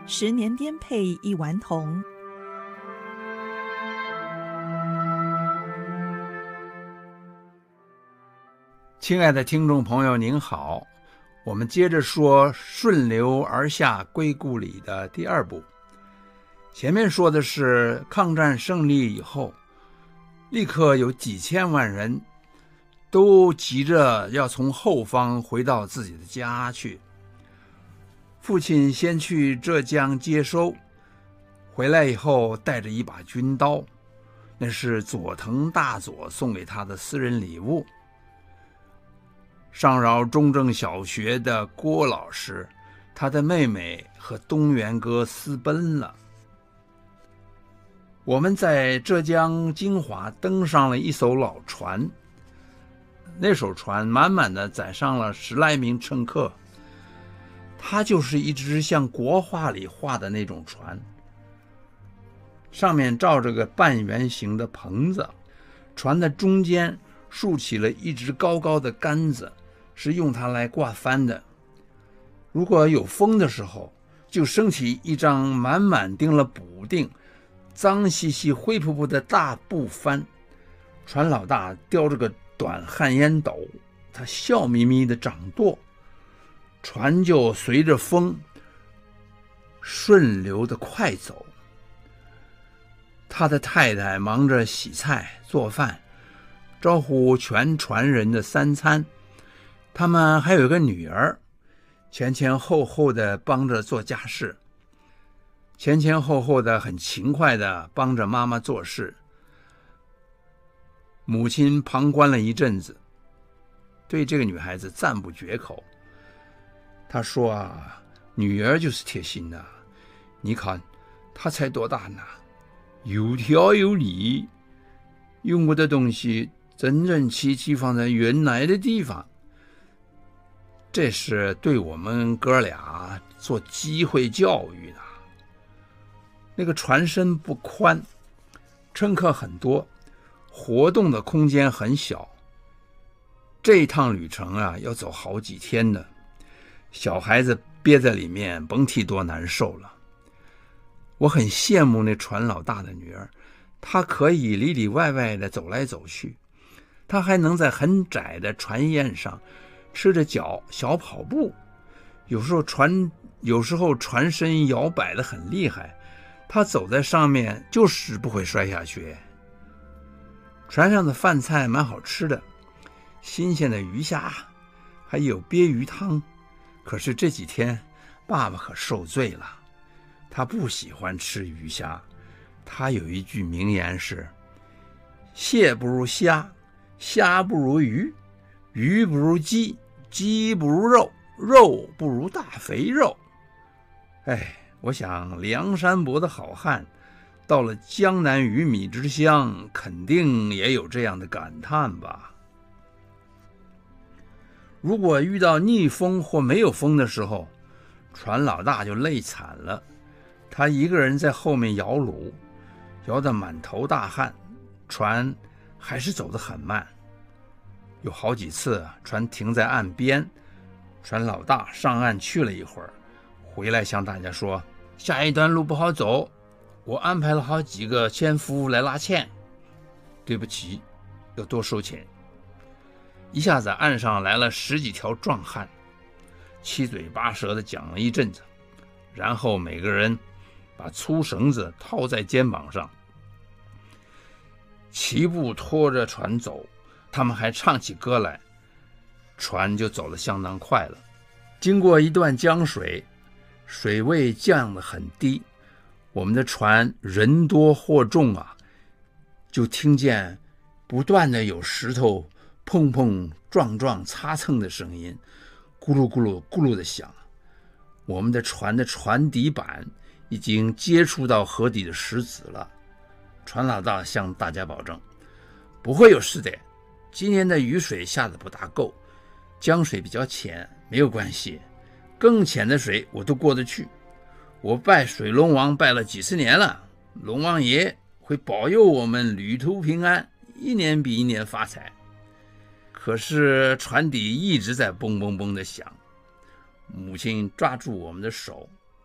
10年颠沛一顽童。 亲爱的听众朋友您好，我们接着说顺流而下归故里的第2部。前面说的是抗战胜利以后，立刻有几千万人都急着要从后方回到自己的家去。父亲先去浙江接收，回来以后带着一把军刀，那是佐藤大佐送给他的私人礼物。上饶中正小学的郭老师，他的妹妹和东元哥私奔了。我们在浙江金华登上了一艘老船，那艘船满满的载上了10来名乘客，它就是一只像国画里画的那种船，上面罩着个半圆形的棚子，船的中间竖起了一只高高的杆子，是用它来挂帆的。如果有风的时候，就升起一张满满钉了补丁、脏兮兮灰扑扑的大布帆。船老大叼着个短旱烟斗，他笑眯眯的掌舵，船就随着风顺流的快走。他的太太忙着洗菜做饭，招呼全船人的3餐。他们还有个女儿，前前后后的帮着做家事，前前后后的很勤快的帮着妈妈做事。母亲旁观了一阵子，对这个女孩子赞不绝口。她说啊，女儿就是贴心的，你看她才多大呢，有条有理，用过的东西整整齐齐放在原来的地方。这是对我们哥俩做机会教育的。那个船身不宽，乘客很多，活动的空间很小。这一趟旅程啊，要走好几天的，小孩子憋在里面，甭提多难受了。我很羡慕那船老大的女儿，她可以里里外外的走来走去，她还能在很窄的船沿上吃着脚小跑步，有时候船身摇摆得很厉害，他走在上面就是不会摔下去。船上的饭菜蛮好吃的，新鲜的鱼虾，还有鳖鱼汤。可是这几天爸爸可受罪了，他不喜欢吃鱼虾。他有一句名言是：蟹不如虾，虾不如鱼，鱼不如鸡，鸡不如肉，肉不如大肥肉。我想梁山伯的好汉到了江南鱼米之乡，肯定也有这样的感叹吧。如果遇到逆风或没有风的时候，船老大就累惨了。他一个人在后面摇橹，摇得满头大汗，船还是走得很慢。有好几次船停在岸边，船老大上岸去了一会儿，回来向大家说，下一段路不好走，我安排了好几个纤夫来拉纤，对不起，要多收钱。一下子岸上来了10几条壮汉，七嘴八舌地讲了一阵子，然后每个人把粗绳子套在肩膀上，齐步拖着船走。他们还唱起歌来，船就走得相当快了。经过一段江水，水位降得很低，我们的船人多货重啊，就听见不断的有石头碰碰撞撞擦蹭的声音，咕噜咕噜咕噜的响。我们的船的船底板已经接触到河底的石子了。船老大向大家保证，不会有事的，今年的雨水下得不大够，江水比较浅，没有关系，更浅的水我都过得去。我拜水龙王拜了几十年了，龙王爷会保佑我们旅途平安，一年比一年发财。可是船底一直在嘣嘣嘣的响。母亲抓住我们的手，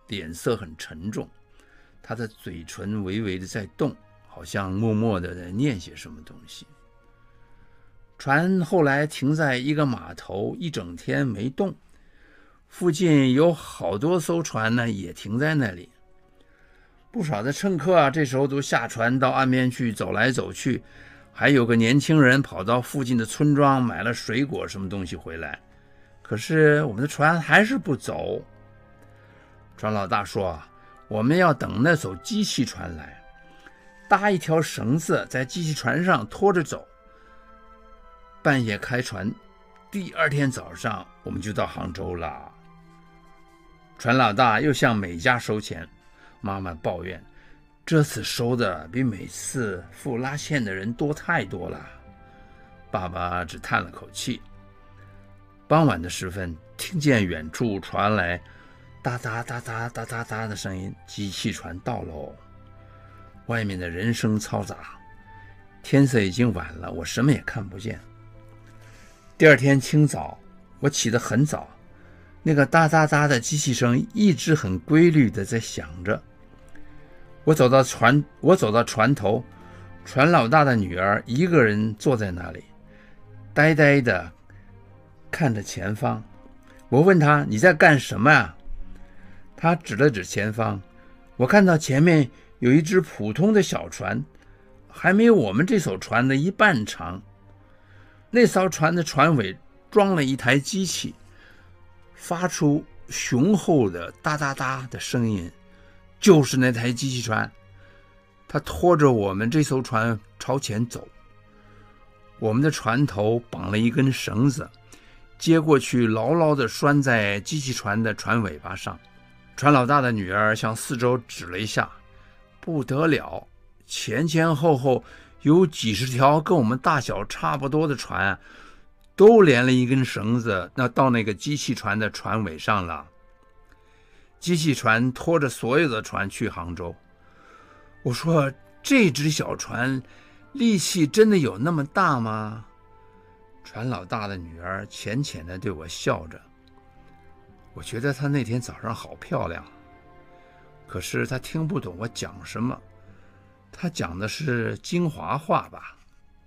脸色很沉重，他的嘴唇微微的在动，好像默默的在念些什么东西。船后来停在一个码头，一整天没动。附近有好多艘船呢，也停在那里。不少的乘客啊，这时候都下船到岸边去走来走去，还有个年轻人跑到附近的村庄买了水果什么东西回来。可是我们的船还是不走。船老大说啊，我们要等那艘机器船来，搭一条绳子在机器船上拖着走，半夜开船，第二天早上我们就到杭州了。船老大又向每家收钱，妈妈抱怨，这次收的比每次付拉线的人多太多了。爸爸只叹了口气。傍晚的时分，听见远处传来哒哒哒哒哒哒哒的声音，机器船到喽。外面的人声嘈杂，天色已经晚了，我什么也看不见。第二天清早，我起得很早，那个哒哒哒的机器声一直很规律的在响着。我走到船头，船老大的女儿一个人坐在那里，呆呆的看着前方。我问她，你在干什么呀？她指了指前方，我看到前面有一只普通的小船，还没有我们这艘船的一半长。那艘船的船尾装了一台机器，发出雄厚的哒哒哒的声音，就是那台机器船。它拖着我们这艘船朝前走。我们的船头绑了一根绳子，接过去牢牢地拴在机器船的船尾巴上。船老大的女儿向四周指了一下，不得了，前前后后有几十条跟我们大小差不多的船，都连了一根绳子，到那个机器船的船尾上了。机器船拖着所有的船去杭州。我说，这只小船力气真的有那么大吗？船老大的女儿浅浅地对我笑着。我觉得她那天早上好漂亮，可是她听不懂我讲什么，她讲的是京华话吧。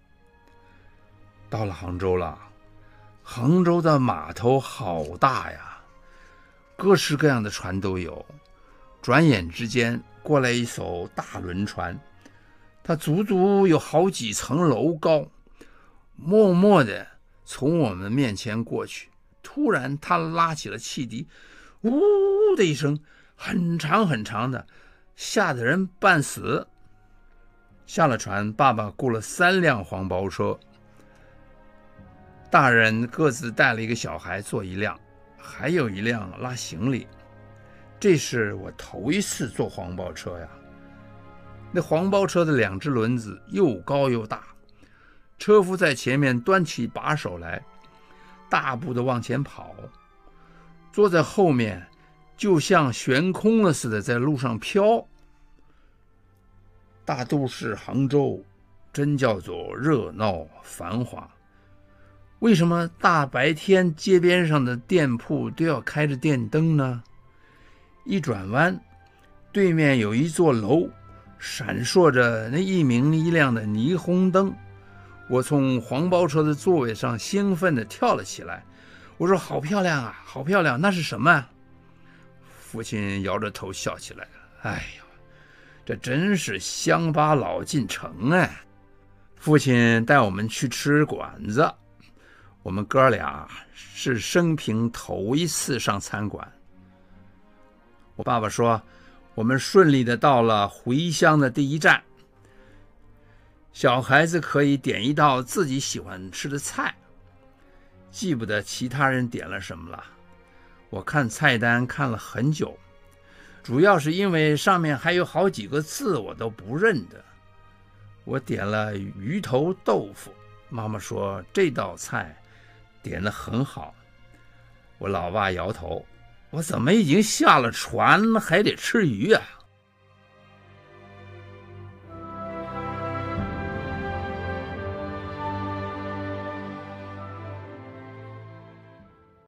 到了杭州了，杭州的码头好大呀，各式各样的船都有。转眼之间过来一艘大轮船，它足足有好几层楼高，默默地从我们面前过去。突然他拉起了汽笛，呜呜的一声，很长很长的，吓得人半死。下了船，爸爸雇了3辆黄包车，大人各自带了一个小孩坐一辆，还有一辆拉行李。这是我头一次坐黄包车呀。那黄包车的2只轮子又高又大，车夫在前面端起把手来，大步的往前跑，坐在后面就像悬空了似的在路上飘。大都市杭州真叫做热闹繁华。为什么大白天街边上的店铺都要开着电灯呢？一转弯，对面有一座楼，闪烁着那一明一亮的霓虹灯。我从黄包车的座位上兴奋地跳了起来。我说，好漂亮啊，好漂亮，那是什么啊？父亲摇着头笑起来了。哎呀，这真是乡巴佬进城哎！父亲带我们去吃馆子，我们哥俩是生平头一次上餐馆。我爸爸说，我们顺利的到了回乡的第一站。小孩子可以点一道自己喜欢吃的菜，记不得其他人点了什么了。我看菜单看了很久，主要是因为上面还有好几个字我都不认得。我点了鱼头豆腐，妈妈说这道菜点得很好。我老爸摇头，我怎么已经下了船还得吃鱼啊？